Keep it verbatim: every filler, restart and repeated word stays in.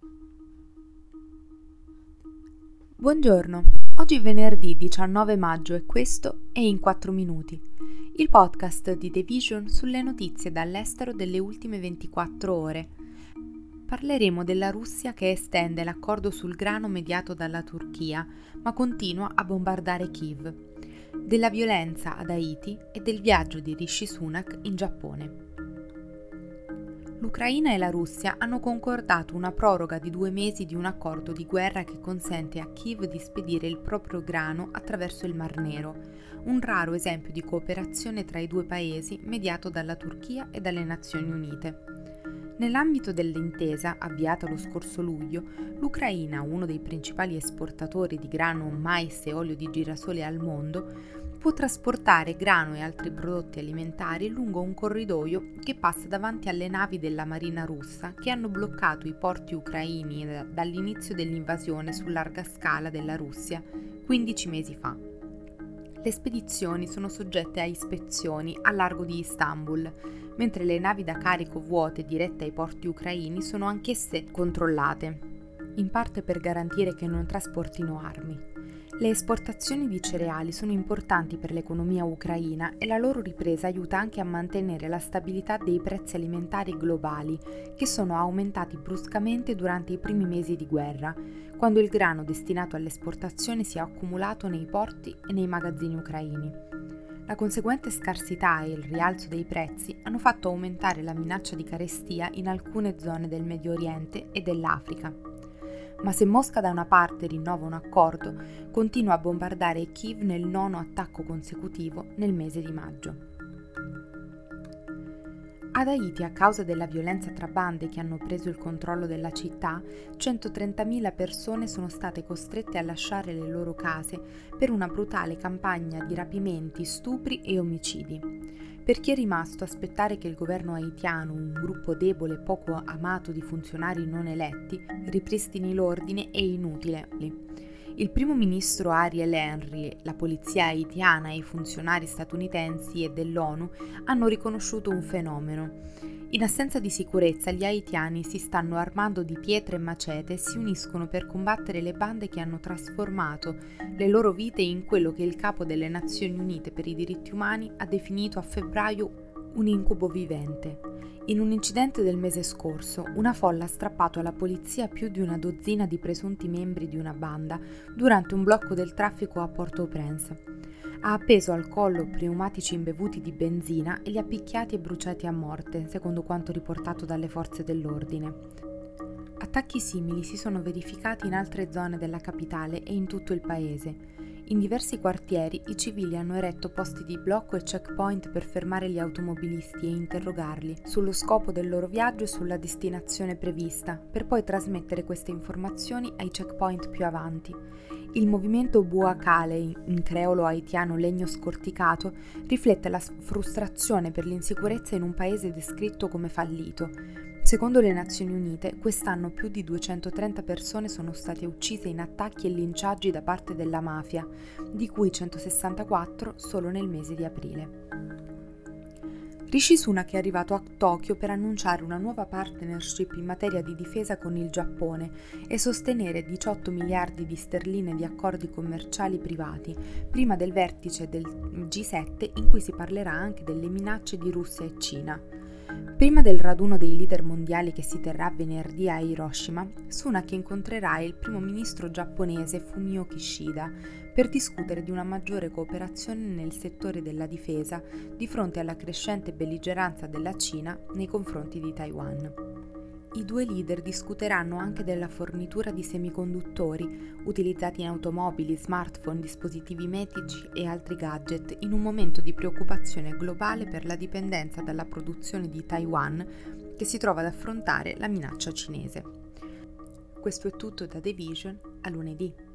Buongiorno, oggi è venerdì diciannove maggio e questo è In quattro minuti, il podcast di The Vision sulle notizie dall'estero delle ultime ventiquattro ore. Parleremo della Russia che estende l'accordo sul grano mediato dalla Turchia, ma continua a bombardare Kiev, della violenza ad Haiti e del viaggio di Rishi Sunak in Giappone. L'Ucraina e la Russia hanno concordato una proroga di due mesi di un accordo di guerra che consente a Kiev di spedire il proprio grano attraverso il Mar Nero, un raro esempio di cooperazione tra i due paesi mediato dalla Turchia e dalle Nazioni Unite. Nell'ambito dell'intesa, avviata lo scorso luglio, l'Ucraina, uno dei principali esportatori di grano, mais e olio di girasole al mondo, può trasportare grano e altri prodotti alimentari lungo un corridoio che passa davanti alle navi della Marina russa che hanno bloccato i porti ucraini dall'inizio dell'invasione su larga scala della Russia quindici mesi fa. Le spedizioni sono soggette a ispezioni a largo di Istanbul, mentre le navi da carico vuote dirette ai porti ucraini sono anch'esse controllate, in parte per garantire che non trasportino armi. Le esportazioni di cereali sono importanti per l'economia ucraina e la loro ripresa aiuta anche a mantenere la stabilità dei prezzi alimentari globali, che sono aumentati bruscamente durante i primi mesi di guerra, quando il grano destinato all'esportazione si è accumulato nei porti e nei magazzini ucraini. La conseguente scarsità e il rialzo dei prezzi hanno fatto aumentare la minaccia di carestia in alcune zone del Medio Oriente e dell'Africa. Ma se Mosca da una parte rinnova un accordo, continua a bombardare Kiev nel nono attacco consecutivo nel mese di maggio. Ad Haiti, a causa della violenza tra bande che hanno preso il controllo della città, centotrentamila persone sono state costrette a lasciare le loro case per una brutale campagna di rapimenti, stupri e omicidi. Per chi è rimasto, aspettare che il governo haitiano, un gruppo debole e poco amato di funzionari non eletti, ripristini l'ordine è inutile. Il primo ministro Ariel Henry, la polizia haitiana e i funzionari statunitensi e dell'ONU hanno riconosciuto un fenomeno. In assenza di sicurezza, gli haitiani si stanno armando di pietre e macete e si uniscono per combattere le bande che hanno trasformato le loro vite in quello che il capo delle Nazioni Unite per i diritti umani ha definito a febbraio un incubo vivente. In un incidente del mese scorso, una folla ha strappato alla polizia più di una dozzina di presunti membri di una banda durante un blocco del traffico a Port-au-Prince. Ha appeso al collo pneumatici imbevuti di benzina e li ha picchiati e bruciati a morte, secondo quanto riportato dalle forze dell'ordine. Attacchi simili si sono verificati in altre zone della capitale e in tutto il paese. In diversi quartieri i civili hanno eretto posti di blocco e checkpoint per fermare gli automobilisti e interrogarli sullo scopo del loro viaggio e sulla destinazione prevista, per poi trasmettere queste informazioni ai checkpoint più avanti. Il movimento Bua Kale, in creolo haitiano legno scorticato, riflette la frustrazione per l'insicurezza in un paese descritto come fallito. Secondo le Nazioni Unite, quest'anno più di duecentotrenta persone sono state uccise in attacchi e linciaggi da parte della mafia, di cui centosessantaquattro solo nel mese di aprile. Rishi Sunak è arrivato a Tokyo per annunciare una nuova partnership in materia di difesa con il Giappone e sostenere diciotto miliardi di sterline di accordi commerciali privati, prima del vertice del G sette in cui si parlerà anche delle minacce di Russia e Cina. Prima del raduno dei leader mondiali che si terrà venerdì a Hiroshima, Sunak incontrerà il primo ministro giapponese Fumio Kishida per discutere di una maggiore cooperazione nel settore della difesa di fronte alla crescente belligeranza della Cina nei confronti di Taiwan. I due leader discuteranno anche della fornitura di semiconduttori utilizzati in automobili, smartphone, dispositivi medici e altri gadget in un momento di preoccupazione globale per la dipendenza dalla produzione di Taiwan che si trova ad affrontare la minaccia cinese. Questo è tutto da The Vision, a lunedì.